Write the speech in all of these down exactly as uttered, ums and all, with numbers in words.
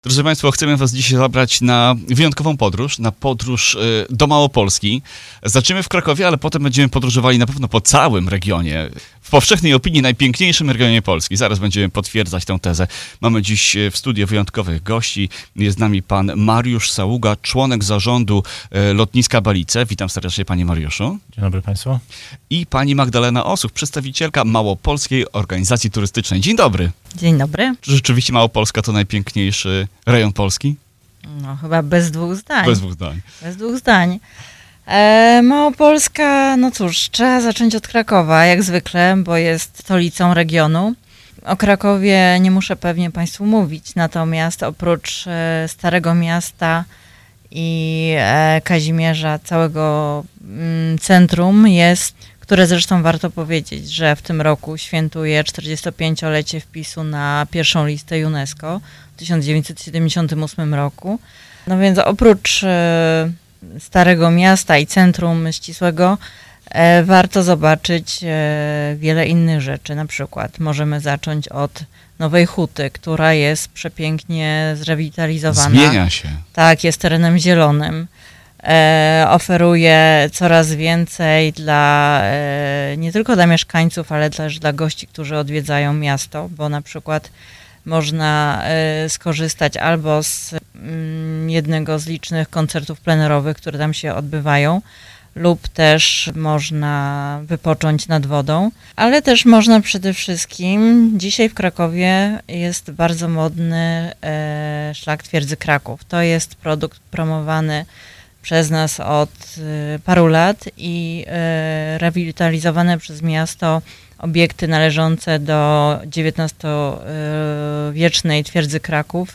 Drodzy Państwo, chcemy Was dzisiaj zabrać na wyjątkową podróż, na podróż do Małopolski. Zaczniemy w Krakowie, ale potem będziemy podróżowali na pewno po całym regionie. W powszechnej opinii najpiękniejszym regionie Polski. Zaraz będziemy potwierdzać tę tezę. Mamy dziś w studiu wyjątkowych gości. Jest z nami pan Mariusz Saługa, członek zarządu lotniska Balice. Witam serdecznie, panie Mariuszu. Dzień dobry Państwu. I pani Magdalena Osuch, przedstawicielka Małopolskiej Organizacji Turystycznej. Dzień dobry. Dzień dobry. Czy rzeczywiście Małopolska to najpiękniejszy rejon Polski? No chyba bez dwóch zdań. Bez dwóch zdań. Bez dwóch zdań. E, Małopolska, no cóż, trzeba zacząć od Krakowa, jak zwykle, bo jest stolicą regionu. O Krakowie nie muszę pewnie Państwu mówić, natomiast oprócz e, Starego Miasta i e, Kazimierza, całego mm, centrum jest, które zresztą warto powiedzieć, że w tym roku świętuje czterdziestopięciolecie wpisu na pierwszą listę UNESCO w tysiąc dziewięćset siedemdziesiątym ósmym roku. No więc oprócz e, Starego Miasta i centrum ścisłego e, warto zobaczyć e, wiele innych rzeczy. Na przykład możemy zacząć od Nowej Huty, która jest przepięknie zrewitalizowana. Zmienia się. Tak, jest terenem zielonym. E, oferuje coraz więcej dla, e, nie tylko dla mieszkańców, ale też dla gości, którzy odwiedzają miasto, bo na przykład można e, skorzystać albo z mm, jednego z licznych koncertów plenerowych, które tam się odbywają, lub też można wypocząć nad wodą, ale też można przede wszystkim, dzisiaj w Krakowie jest bardzo modny e, szlak Twierdzy Kraków. To jest produkt promowany przez nas od paru lat i rewitalizowane przez miasto obiekty należące do dziewiętnastowiecznej Twierdzy Kraków.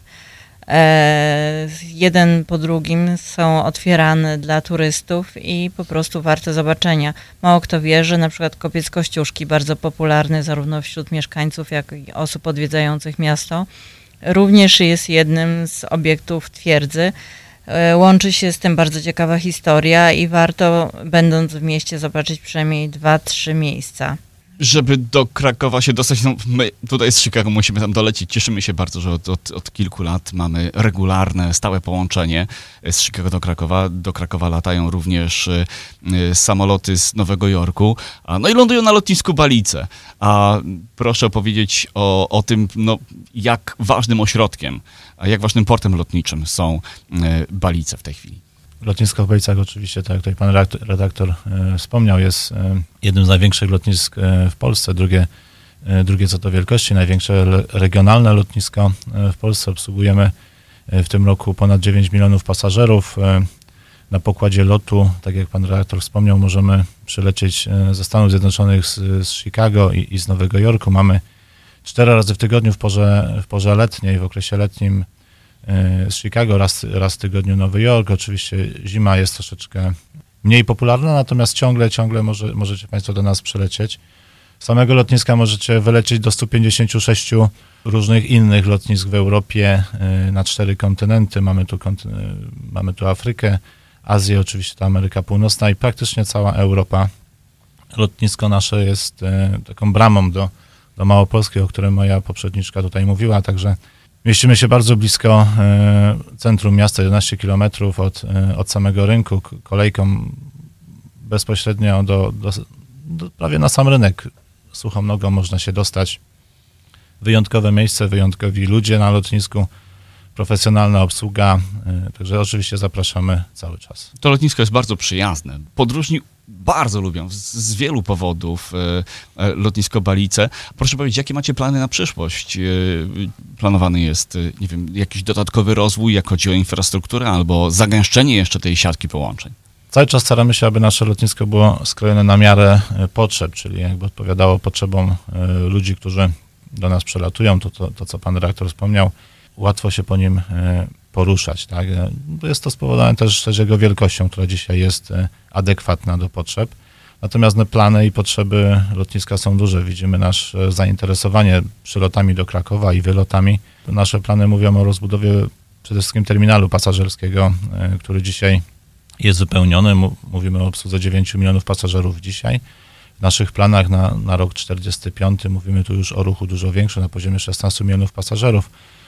Jeden po drugim są otwierane dla turystów i po prostu warte zobaczenia. Mało kto wie, że na przykład kopiec Kościuszki, bardzo popularny zarówno wśród mieszkańców, jak i osób odwiedzających miasto, również jest jednym z obiektów twierdzy. Łączy się z tym bardzo ciekawa historia i warto, będąc w mieście, zobaczyć przynajmniej dwa, trzy miejsca. Żeby do Krakowa się dostać, no my tutaj z Chicago musimy tam dolecieć. Cieszymy się bardzo, że od, od, od kilku lat mamy regularne, stałe połączenie z Chicago do Krakowa. Do Krakowa latają również y, y, samoloty z Nowego Jorku, a, no i lądują na lotnisku Balice. A proszę opowiedzieć o, o tym, no, jak ważnym ośrodkiem, a jak ważnym portem lotniczym są y, Balice w tej chwili. Lotnisko w Balicach oczywiście, tak jak tutaj pan redaktor e, wspomniał, jest e, jednym z największych lotnisk e, w Polsce. Drugie, e, drugie co do wielkości, największe le, regionalne lotnisko e, w Polsce. Obsługujemy e, w tym roku ponad dziewięć milionów pasażerów. E, na pokładzie lotu, tak jak pan redaktor wspomniał, możemy przylecieć e, ze Stanów Zjednoczonych z, z Chicago i, i z Nowego Jorku. Mamy cztery razy w tygodniu w porze, w porze letniej, w okresie letnim z Chicago, raz, raz w tygodniu Nowy Jork. Oczywiście zima jest troszeczkę mniej popularna, natomiast ciągle, ciągle może, możecie Państwo do nas przylecieć. Z samego lotniska możecie wylecieć do stu pięćdziesięciu sześciu różnych innych lotnisk w Europie na cztery kontynenty. Mamy tu, mamy tu Afrykę, Azję, oczywiście to Ameryka Północna i praktycznie cała Europa. Lotnisko nasze jest taką bramą do, do Małopolski, o którym moja poprzedniczka tutaj mówiła, także mieścimy się bardzo blisko e, centrum miasta, jedenaście kilometrów od, e, od samego rynku, kolejką bezpośrednio do, do, do, prawie na sam rynek. Suchą nogą można się dostać. Wyjątkowe miejsce, wyjątkowi ludzie na lotnisku, profesjonalna obsługa, e, także oczywiście zapraszamy cały czas. To lotnisko jest bardzo przyjazne. Podróżni bardzo lubią z, z wielu powodów e, e, lotnisko Balice. Proszę powiedzieć, jakie macie plany na przyszłość? E, planowany jest, e, nie wiem, jakiś dodatkowy rozwój, jak chodzi o infrastrukturę, albo zagęszczenie jeszcze tej siatki połączeń? Cały czas staramy się, aby nasze lotnisko było skrojone na miarę potrzeb, czyli jakby odpowiadało potrzebom e, ludzi, którzy do nas przelatują. To, to, to co pan redaktor wspomniał, łatwo się po nim e, poruszać, tak? Jest to spowodowane też, też jego wielkością, która dzisiaj jest adekwatna do potrzeb. Natomiast plany i potrzeby lotniska są duże. Widzimy nasze zainteresowanie przylotami do Krakowa i wylotami. Nasze plany mówią o rozbudowie przede wszystkim terminalu pasażerskiego, który dzisiaj jest wypełniony. Mówimy o obsłudze dziewięciu milionów pasażerów dzisiaj. W naszych planach na, na rok czterdziesty piąty mówimy tu już o ruchu dużo większym, na poziomie szesnastu milionów pasażerów.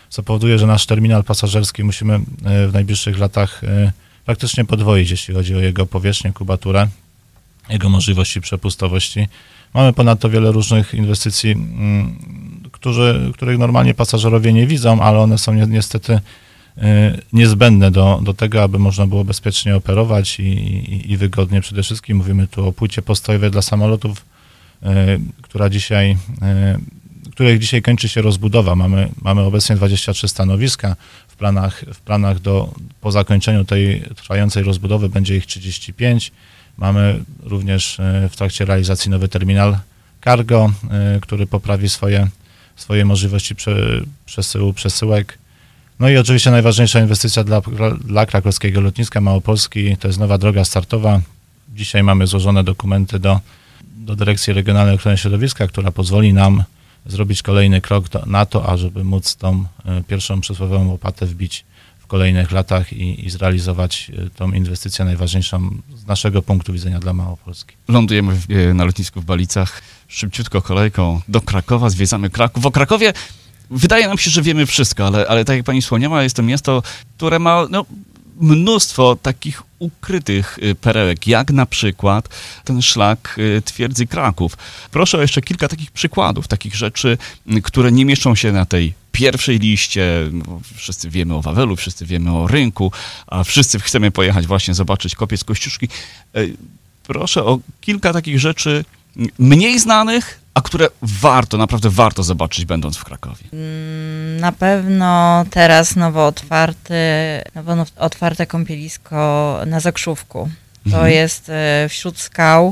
co powoduje, że nasz terminal pasażerski musimy w najbliższych latach praktycznie podwoić, jeśli chodzi o jego powierzchnię, kubaturę, jego możliwości przepustowości. Mamy ponadto wiele różnych inwestycji, którzy, których normalnie pasażerowie nie widzą, ale one są niestety niezbędne do, do tego, aby można było bezpiecznie operować i, i, i wygodnie. Przede wszystkim mówimy tu o płycie postojowej dla samolotów, która dzisiaj, których dzisiaj kończy się rozbudowa. Mamy, mamy obecnie dwadzieścia trzy stanowiska. W planach, w planach do, po zakończeniu tej trwającej rozbudowy będzie ich trzydzieści pięć. Mamy również w trakcie realizacji nowy terminal cargo, który poprawi swoje, swoje możliwości prze, przesyłu, przesyłek. No i oczywiście najważniejsza inwestycja dla, dla krakowskiego lotniska Małopolski to jest nowa droga startowa. Dzisiaj mamy złożone dokumenty do, do Dyrekcji Regionalnej Ochrony Środowiska, która pozwoli nam zrobić kolejny krok do, na to, ażeby móc tą y, pierwszą przysłowiową łopatę wbić w kolejnych latach i, i zrealizować y, tą inwestycję najważniejszą z naszego punktu widzenia dla Małopolski. Lądujemy w, y, na lotnisku w Balicach, szybciutko kolejką do Krakowa, zwiedzamy Kraków. O Krakowie wydaje nam się, że wiemy wszystko, ale, ale tak jak pani wspomniała, jest to miasto, które ma no, mnóstwo takich ukrytych perełek, jak na przykład ten szlak twierdzy Kraków. Proszę o jeszcze kilka takich przykładów, takich rzeczy, które nie mieszczą się na tej pierwszej liście. Wszyscy wiemy o Wawelu, wszyscy wiemy o rynku, a wszyscy chcemy pojechać właśnie zobaczyć kopiec Kościuszki. Proszę o kilka takich rzeczy mniej znanych, a które warto, naprawdę warto zobaczyć, będąc w Krakowie. Na pewno teraz nowo otwarty, nowo otwarte kąpielisko na Zakrzówku. To mhm. jest wśród skał,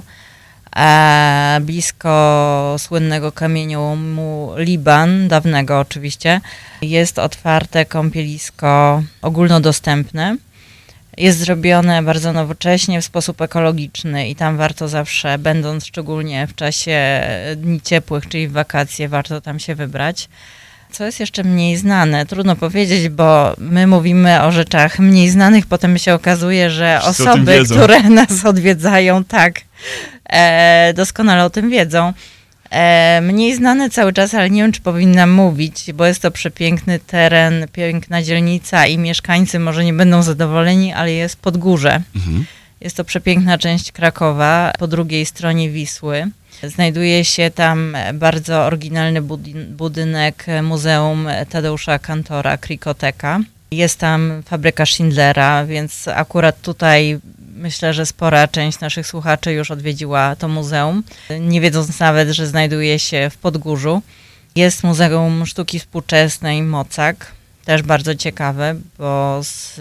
e, blisko słynnego kamieniołomu Liban, dawnego oczywiście. Jest otwarte kąpielisko ogólnodostępne. Jest zrobione bardzo nowocześnie, w sposób ekologiczny i tam warto zawsze, będąc szczególnie w czasie dni ciepłych, czyli w wakacje, warto tam się wybrać. Co jest jeszcze mniej znane? Trudno powiedzieć, bo my mówimy o rzeczach mniej znanych, potem się okazuje, że wszyscy osoby, które nas odwiedzają, tak, e, doskonale o tym wiedzą. E, mniej znane cały czas, ale nie wiem, czy powinnam mówić, bo jest to przepiękny teren, piękna dzielnica i mieszkańcy może nie będą zadowoleni, ale jest Podgórze. Mhm. Jest to przepiękna część Krakowa, po drugiej stronie Wisły. Znajduje się tam bardzo oryginalny budynek Muzeum Tadeusza Kantora, Krikoteka. Jest tam fabryka Schindlera, więc akurat tutaj myślę, że spora część naszych słuchaczy już odwiedziła to muzeum, nie wiedząc nawet, że znajduje się w Podgórzu. Jest Muzeum Sztuki Współczesnej Mocak, też bardzo ciekawe, bo z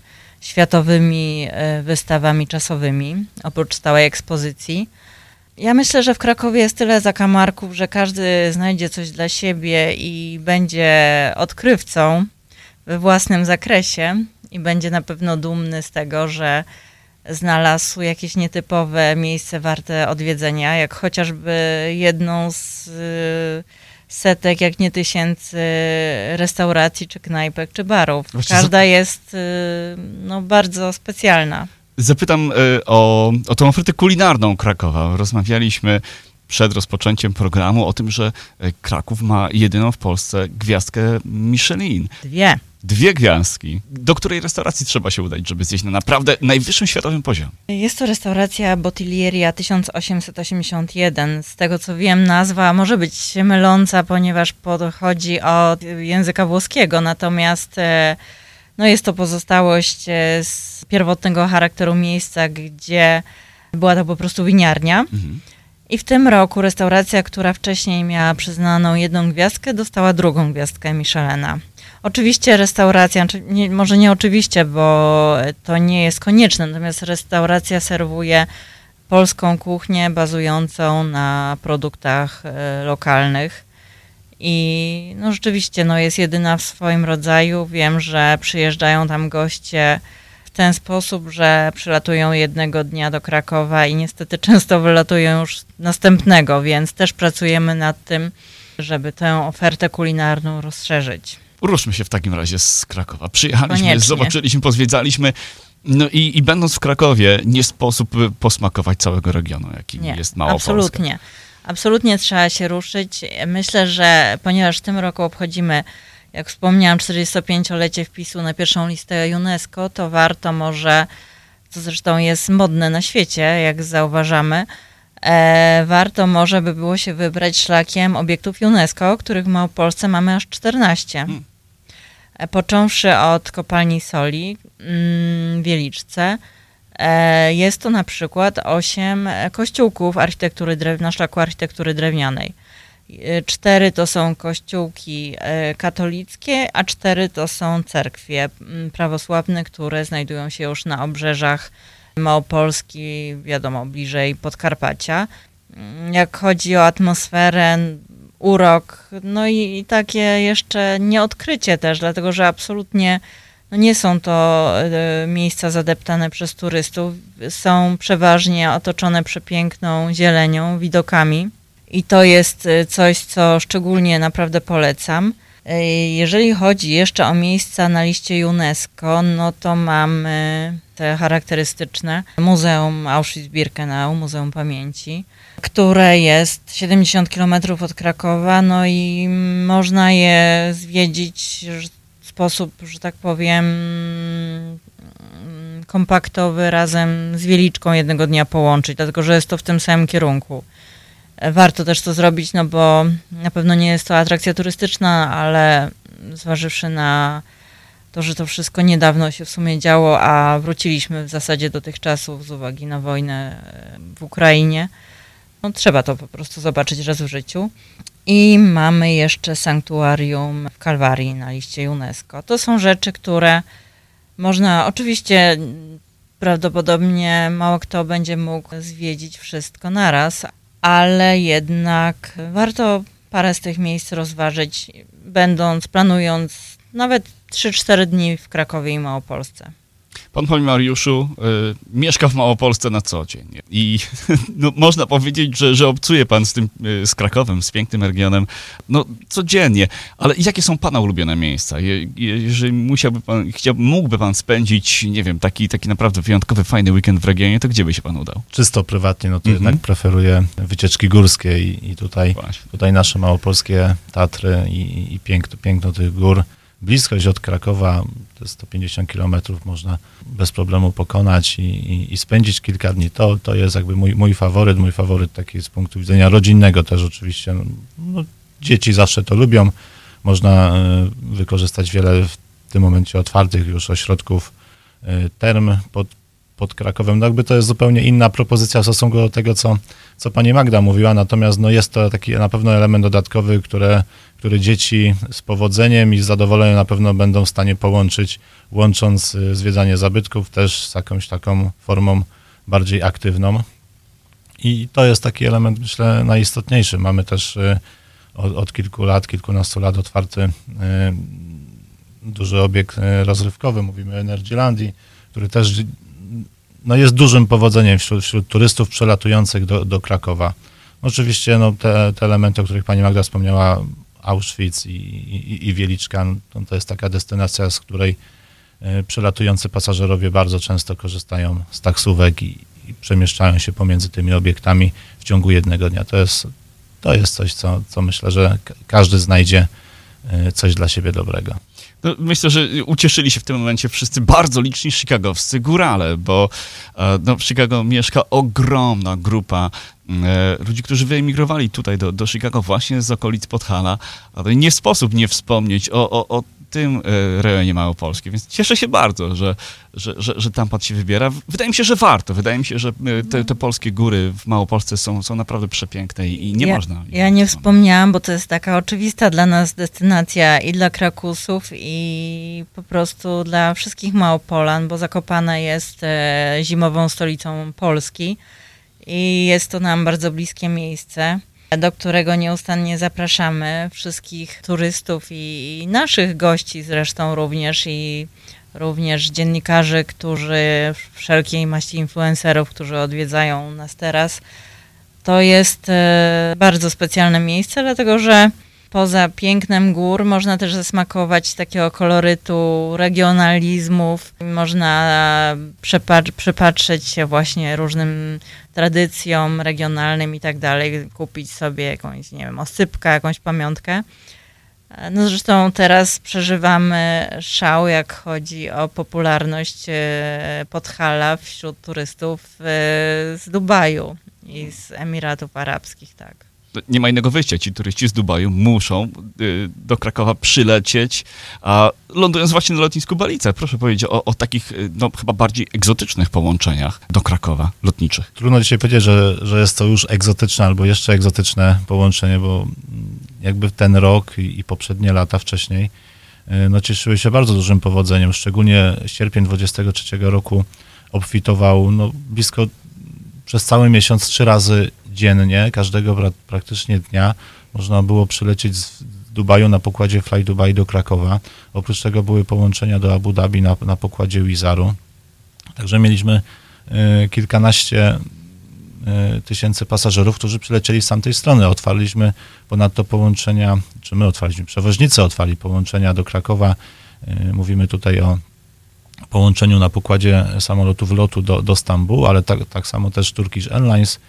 światowymi wystawami czasowymi, oprócz stałej ekspozycji. Ja myślę, że w Krakowie jest tyle zakamarków, że każdy znajdzie coś dla siebie i będzie odkrywcą we własnym zakresie i będzie na pewno dumny z tego, że znalazł jakieś nietypowe miejsce warte odwiedzenia, jak chociażby jedną z setek, jak nie tysięcy restauracji, czy knajpek, czy barów. Każda jest no, bardzo specjalna. Zapytam y, o, o tą ofertę kulinarną Krakowa. Rozmawialiśmy przed rozpoczęciem programu o tym, że Kraków ma jedyną w Polsce gwiazdkę Michelin. Dwie. Dwie gwiazdki. Do której restauracji trzeba się udać, żeby zjeść na naprawdę najwyższym światowym poziomie? Jest to restauracja Bottiglieria tysiąc osiemset osiemdziesiąt jeden. Z tego co wiem, nazwa może być myląca, ponieważ pochodzi od języka włoskiego, natomiast no jest to pozostałość z pierwotnego charakteru miejsca, gdzie była to po prostu winiarnia. Mhm. I w tym roku restauracja, która wcześniej miała przyznaną jedną gwiazdkę, dostała drugą gwiazdkę Michelina. Oczywiście restauracja, nie, może nie oczywiście, bo to nie jest konieczne, natomiast restauracja serwuje polską kuchnię bazującą na produktach e, lokalnych. I no rzeczywiście no jest jedyna w swoim rodzaju. Wiem, że przyjeżdżają tam goście w ten sposób, że przylatują jednego dnia do Krakowa i niestety często wylatują już następnego, więc też pracujemy nad tym, żeby tę ofertę kulinarną rozszerzyć. Ruszmy się w takim razie z Krakowa. Przyjechaliśmy, Koniecznie. Zobaczyliśmy, pozwiedzaliśmy. No i, i będąc w Krakowie, nie sposób posmakować całego regionu, jakim nie, jest Małopolska. Absolutnie. Absolutnie trzeba się ruszyć. Myślę, że ponieważ w tym roku obchodzimy jak wspomniałam, czterdziestopięciolecie wpisu na pierwszą listę UNESCO, to warto może, co zresztą jest modne na świecie, jak zauważamy, e, warto może by było się wybrać szlakiem obiektów UNESCO, których w Małopolsce mamy aż czternaście. Hmm. E, począwszy od kopalni soli mm, w Wieliczce, e, jest to na przykład osiem kościółków architektury drew- na szlaku architektury drewnianej. Cztery to są kościółki katolickie, a cztery to są cerkwie prawosławne, które znajdują się już na obrzeżach Małopolski, wiadomo, bliżej Podkarpacia. Jak chodzi o atmosferę, urok, no i, i takie jeszcze nieodkrycie też, dlatego że absolutnie no nie są to y, miejsca zadeptane przez turystów, są przeważnie otoczone przepiękną zielenią, widokami. I to jest coś, co szczególnie naprawdę polecam. Jeżeli chodzi jeszcze o miejsca na liście UNESCO, no to mamy te charakterystyczne Muzeum Auschwitz-Birkenau, Muzeum Pamięci, które jest siedemdziesiąt kilometrów od Krakowa, no i można je zwiedzić w sposób, że tak powiem, kompaktowy, razem z Wieliczką jednego dnia połączyć, dlatego że jest to w tym samym kierunku. Warto też to zrobić, no bo na pewno nie jest to atrakcja turystyczna, ale zważywszy na to, że to wszystko niedawno się w sumie działo, a wróciliśmy w zasadzie do tych czasów z uwagi na wojnę w Ukrainie, no trzeba to po prostu zobaczyć raz w życiu. I mamy jeszcze sanktuarium w Kalwarii na liście UNESCO. To są rzeczy, które można, oczywiście prawdopodobnie mało kto będzie mógł zwiedzić wszystko naraz, ale jednak warto parę z tych miejsc rozważyć, będąc, planując nawet trzy cztery dni w Krakowie i Małopolsce. Pan, panie Mariuszu, y, mieszka w Małopolsce na co dzień i no, można powiedzieć, że, że obcuje pan z tym, y, z Krakowem, z pięknym regionem, no codziennie, ale jakie są pana ulubione miejsca? Je, je, jeżeli musiałby pan, chciał, mógłby pan spędzić, nie wiem, taki, taki naprawdę wyjątkowy, fajny weekend w regionie, to gdzie by się pan udał? Czysto prywatnie, no to Mhm. jednak preferuję wycieczki górskie i, i tutaj, tutaj nasze małopolskie Tatry i, i piękno, piękno tych gór. Bliskość od Krakowa, to sto pięćdziesiąt kilometrów, można bez problemu pokonać i, i, i spędzić kilka dni. To, to jest jakby mój, mój faworyt, mój faworyt taki z punktu widzenia rodzinnego też oczywiście. No, dzieci zawsze to lubią. Można y, wykorzystać wiele w tym momencie otwartych już ośrodków y, term pod, pod Krakowem. No jakby to jest zupełnie inna propozycja w stosunku do tego, co, co pani Magda mówiła, natomiast no jest to taki na pewno element dodatkowy, które który dzieci z powodzeniem i z zadowoleniem na pewno będą w stanie połączyć, łącząc zwiedzanie zabytków też z jakąś taką formą bardziej aktywną. I to jest taki element, myślę, najistotniejszy. Mamy też od, od kilku lat, kilkunastu lat otwarty duży obiekt rozrywkowy, mówimy o Energylandii, który też no, jest dużym powodzeniem wśród, wśród turystów przelatujących do, do Krakowa. Oczywiście no, te, te elementy, o których pani Magda wspomniała, Auschwitz i, i, i Wieliczka, no, to jest taka destynacja, z której y, przelatujący pasażerowie bardzo często korzystają z taksówek i, i przemieszczają się pomiędzy tymi obiektami w ciągu jednego dnia. To jest, to jest coś, co, co myślę, że k- każdy znajdzie y, coś dla siebie dobrego. No, myślę, że ucieszyli się w tym momencie wszyscy bardzo liczni chicagowscy górale, bo no, w Chicago mieszka ogromna grupa e, ludzi, którzy wyemigrowali tutaj do, do Chicago właśnie z okolic Podhala, ale nie sposób nie wspomnieć o, o, o tym e, rejonie Małopolski, więc cieszę się bardzo, że, że, że, że tam pan się wybiera. Wydaje mi się, że warto. Wydaje mi się, że te, te polskie góry w Małopolsce są, są naprawdę przepiękne i, i nie ja, można... Ja nie wspomniałam, bo to jest taka oczywista dla nas destynacja i dla Krakusów, i po prostu dla wszystkich Małopolan, bo Zakopane jest e, zimową stolicą Polski i jest to nam bardzo bliskie miejsce, do którego nieustannie zapraszamy wszystkich turystów i, i naszych gości zresztą również, i również dziennikarzy, którzy, wszelkiej maści influencerów, którzy odwiedzają nas teraz. To jest e, bardzo specjalne miejsce, dlatego że poza pięknem gór można też zasmakować takiego kolorytu regionalizmów. Można przepatr- przypatrzeć się właśnie różnym tradycjom regionalnym i tak dalej, kupić sobie jakąś, nie wiem, osypkę, jakąś pamiątkę. No zresztą teraz przeżywamy szał, jak chodzi o popularność Podhala wśród turystów z Dubaju i z Emiratów Arabskich, tak. Nie ma innego wyjścia. Ci turyści z Dubaju muszą y, do Krakowa przylecieć, a lądując właśnie na lotnisku Balice. Proszę powiedzieć o, o takich no, chyba bardziej egzotycznych połączeniach do Krakowa lotniczych. Trudno dzisiaj powiedzieć, że, że jest to już egzotyczne albo jeszcze egzotyczne połączenie, bo jakby ten rok i, i poprzednie lata wcześniej no, cieszyły się bardzo dużym powodzeniem. Szczególnie sierpień dwudziestego trzeciego roku obfitował no, blisko przez cały miesiąc trzy razy dziennie, każdego pra- praktycznie dnia można było przylecieć z Dubaju na pokładzie Fly Dubai do Krakowa. Oprócz tego były połączenia do Abu Dhabi na, na pokładzie Wizaru. Także mieliśmy y, kilkanaście y, tysięcy pasażerów, którzy przylecieli z tamtej strony. Otwarliśmy ponadto połączenia, czy my otwarliśmy, przewoźnicy otwarli połączenia do Krakowa. Y, mówimy tutaj o połączeniu na pokładzie samolotów lotu do, do Stambułu, ale tak, tak samo też Turkish Airlines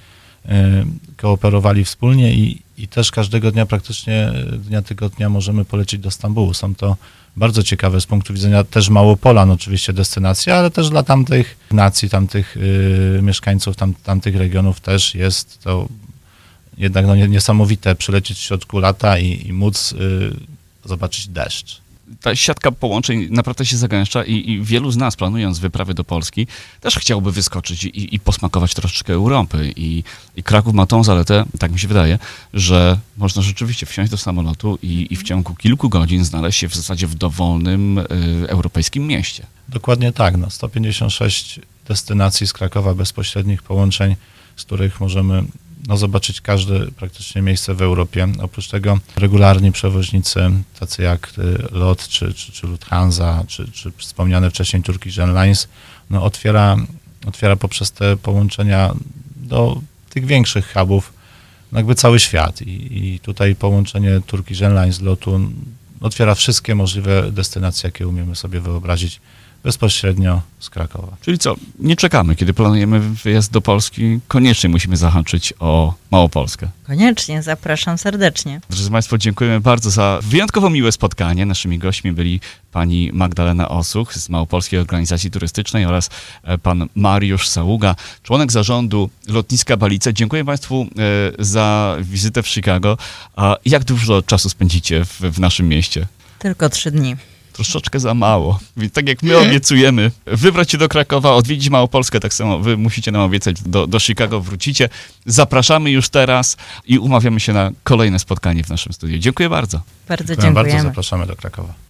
kooperowali wspólnie i, i też każdego dnia, praktycznie dnia tygodnia możemy polecieć do Stambułu. Są to bardzo ciekawe z punktu widzenia też Małopolan oczywiście destynacje, ale też dla tamtych nacji, tamtych y, mieszkańców tam, tamtych regionów też jest to jednak no, niesamowite przylecieć w środku lata i, i móc y, zobaczyć deszcz. Ta siatka połączeń naprawdę się zagęszcza i, i wielu z nas, planując wyprawy do Polski, też chciałby wyskoczyć i, i posmakować troszeczkę Europy. I, I Kraków ma tą zaletę, tak mi się wydaje, że można rzeczywiście wsiąść do samolotu i, i w ciągu kilku godzin znaleźć się w zasadzie w dowolnym y, europejskim mieście. Dokładnie tak. No, sto pięćdziesiąt sześć destynacji z Krakowa, bezpośrednich połączeń, z których możemy no, zobaczyć każde praktycznie miejsce w Europie. Oprócz tego regularni przewoźnicy, tacy jak L O T, czy, czy, czy Lufthansa, czy, czy wspomniane wcześniej Turkish Airlines, no, otwiera, otwiera poprzez te połączenia do tych większych hubów no, jakby cały świat. I, i tutaj połączenie Turkish Airlines, lotu otwiera wszystkie możliwe destynacje, jakie umiemy sobie wyobrazić bezpośrednio z Krakowa. Czyli co, nie czekamy, kiedy planujemy wyjazd do Polski, koniecznie musimy zahaczyć o Małopolskę. Koniecznie, zapraszam serdecznie. Drodzy Państwo, dziękujemy bardzo za wyjątkowo miłe spotkanie. Naszymi gośćmi byli pani Magdalena Osuch z Małopolskiej Organizacji Turystycznej oraz pan Mariusz Saługa, członek zarządu lotniska Balice. Dziękuję Państwu e, za wizytę w Chicago. A jak dużo czasu spędzicie w, w naszym mieście? Tylko trzy dni. Troszeczkę za mało. Więc tak jak my obiecujemy, wybrać się do Krakowa, odwiedzić Małopolskę, tak samo wy musicie nam obiecać, do, do Chicago wrócicie. Zapraszamy już teraz i umawiamy się na kolejne spotkanie w naszym studiu. Dziękuję bardzo. Bardzo Dziękuję dziękujemy. bardzo, zapraszamy do Krakowa.